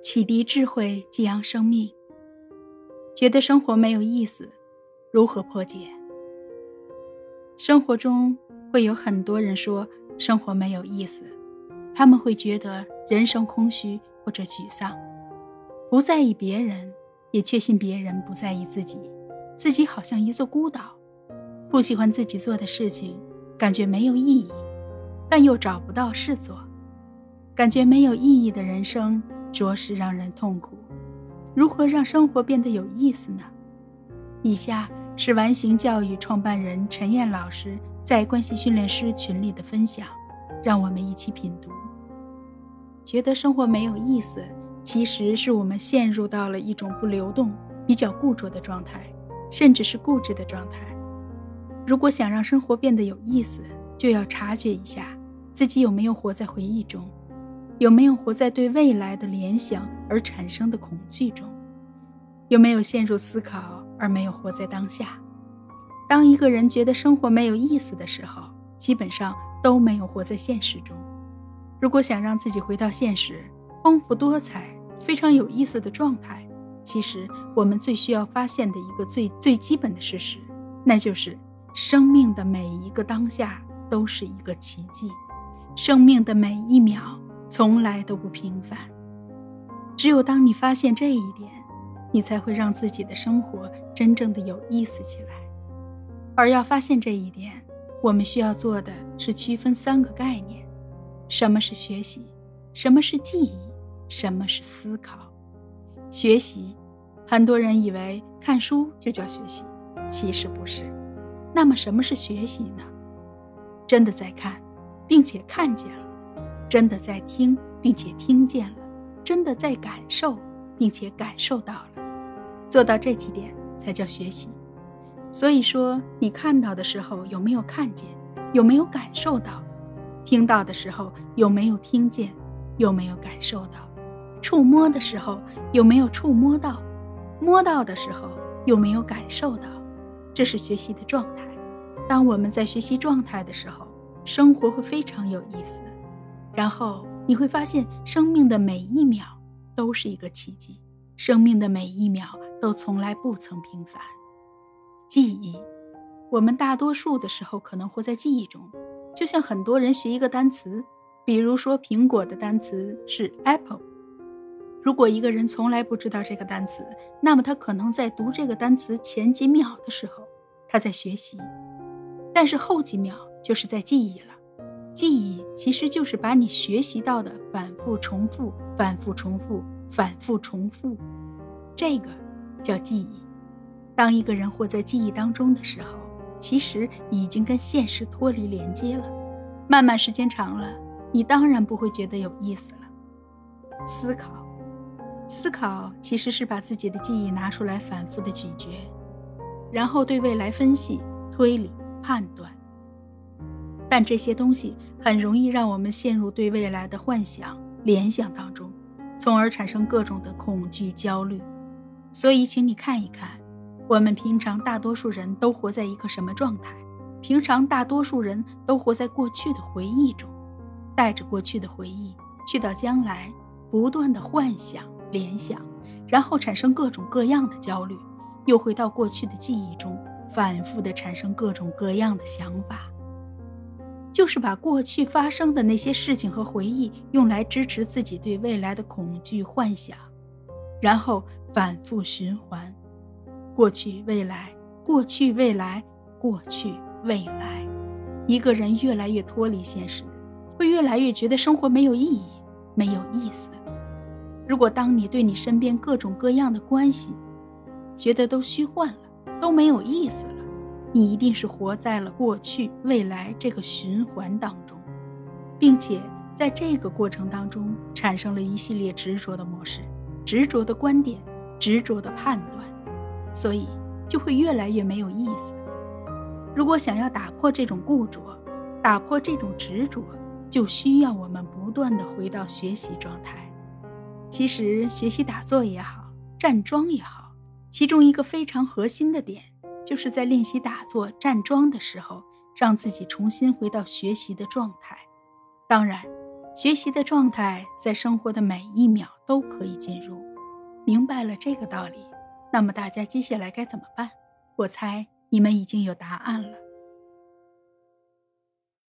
启迪智慧，激扬生命。觉得生活没有意思，如何破解？生活中会有很多人说生活没有意思，他们会觉得人生空虚或者沮丧，不在意别人，也确信别人不在意自己，自己好像一座孤岛，不喜欢自己做的事情，感觉没有意义，但又找不到事做，感觉没有意义的人生着实让人痛苦。如何让生活变得有意思呢？以下是完形教育创办人陈燕老师在关系训练师群里的分享，让我们一起品读。觉得生活没有意思，其实是我们陷入到了一种不流动、比较固着的状态，甚至是固执的状态。如果想让生活变得有意思，就要察觉一下自己有没有活在回忆中，有没有活在对未来的联想而产生的恐惧中，有没有陷入思考而没有活在当下。当一个人觉得生活没有意思的时候，基本上都没有活在现实中。如果想让自己回到现实，丰富多彩、非常有意思的状态，其实我们最需要发现的一个最基本的事实，那就是生命的每一个当下都是一个奇迹，生命的每一秒从来都不平凡。只有当你发现这一点，你才会让自己的生活真正的有意思起来。而要发现这一点，我们需要做的是区分3个概念：什么是学习，什么是记忆，什么是思考。学习，很多人以为看书就叫学习，其实不是。那么什么是学习呢？真的在看，并且看见了；真的在听，并且听见了；真的在感受，并且感受到了。做到这几点才叫学习。所以说，你看到的时候有没有看见，有没有感受到？听到的时候有没有听见，有没有感受到？触摸的时候有没有触摸到？摸到的时候有没有感受到？这是学习的状态。当我们在学习状态的时候，生活会非常有意思，然后你会发现生命的每一秒都是一个奇迹，生命的每一秒都从来不曾平凡。记忆，我们大多数的时候可能活在记忆中，就像很多人学一个单词，比如说苹果的单词是 apple。 如果一个人从来不知道这个单词，那么他可能在读这个单词前几秒的时候他在学习，但是后几秒就是在记忆了。记忆其实就是把你学习到的反复重复，反复重复，反复重复，这个叫记忆。当一个人活在记忆当中的时候，其实已经跟现实脱离连接了。慢慢时间长了，你当然不会觉得有意思了。思考，思考其实是把自己的记忆拿出来反复的咀嚼，然后对未来分析、推理、判断。但这些东西很容易让我们陷入对未来的幻想、联想当中，从而产生各种的恐惧、焦虑。所以请你看一看，我们平常大多数人都活在一个什么状态？平常大多数人都活在过去的回忆中，带着过去的回忆去到将来，不断的幻想、联想，然后产生各种各样的焦虑，又回到过去的记忆中，反复的产生各种各样的想法。就是把过去发生的那些事情和回忆用来支持自己对未来的恐惧幻想，然后反复循环，过去未来，过去未来，过去未来。一个人越来越脱离现实，会越来越觉得生活没有意义，没有意思。如果当你对你身边各种各样的关系觉得都虚幻了，都没有意思了，你一定是活在了过去未来这个循环当中，并且在这个过程当中产生了一系列执着的模式、执着的观点、执着的判断，所以就会越来越没有意思。如果想要打破这种固着，打破这种执着，就需要我们不断地回到学习状态。其实学习打坐也好，站桩也好，其中一个非常核心的点，就是在练习打坐站桩的时候，让自己重新回到学习的状态。当然， 学习的状态在生活的每一秒都可以进入。明白了这个道理，那么大家接下来该怎么办？我猜你们已经有答案了。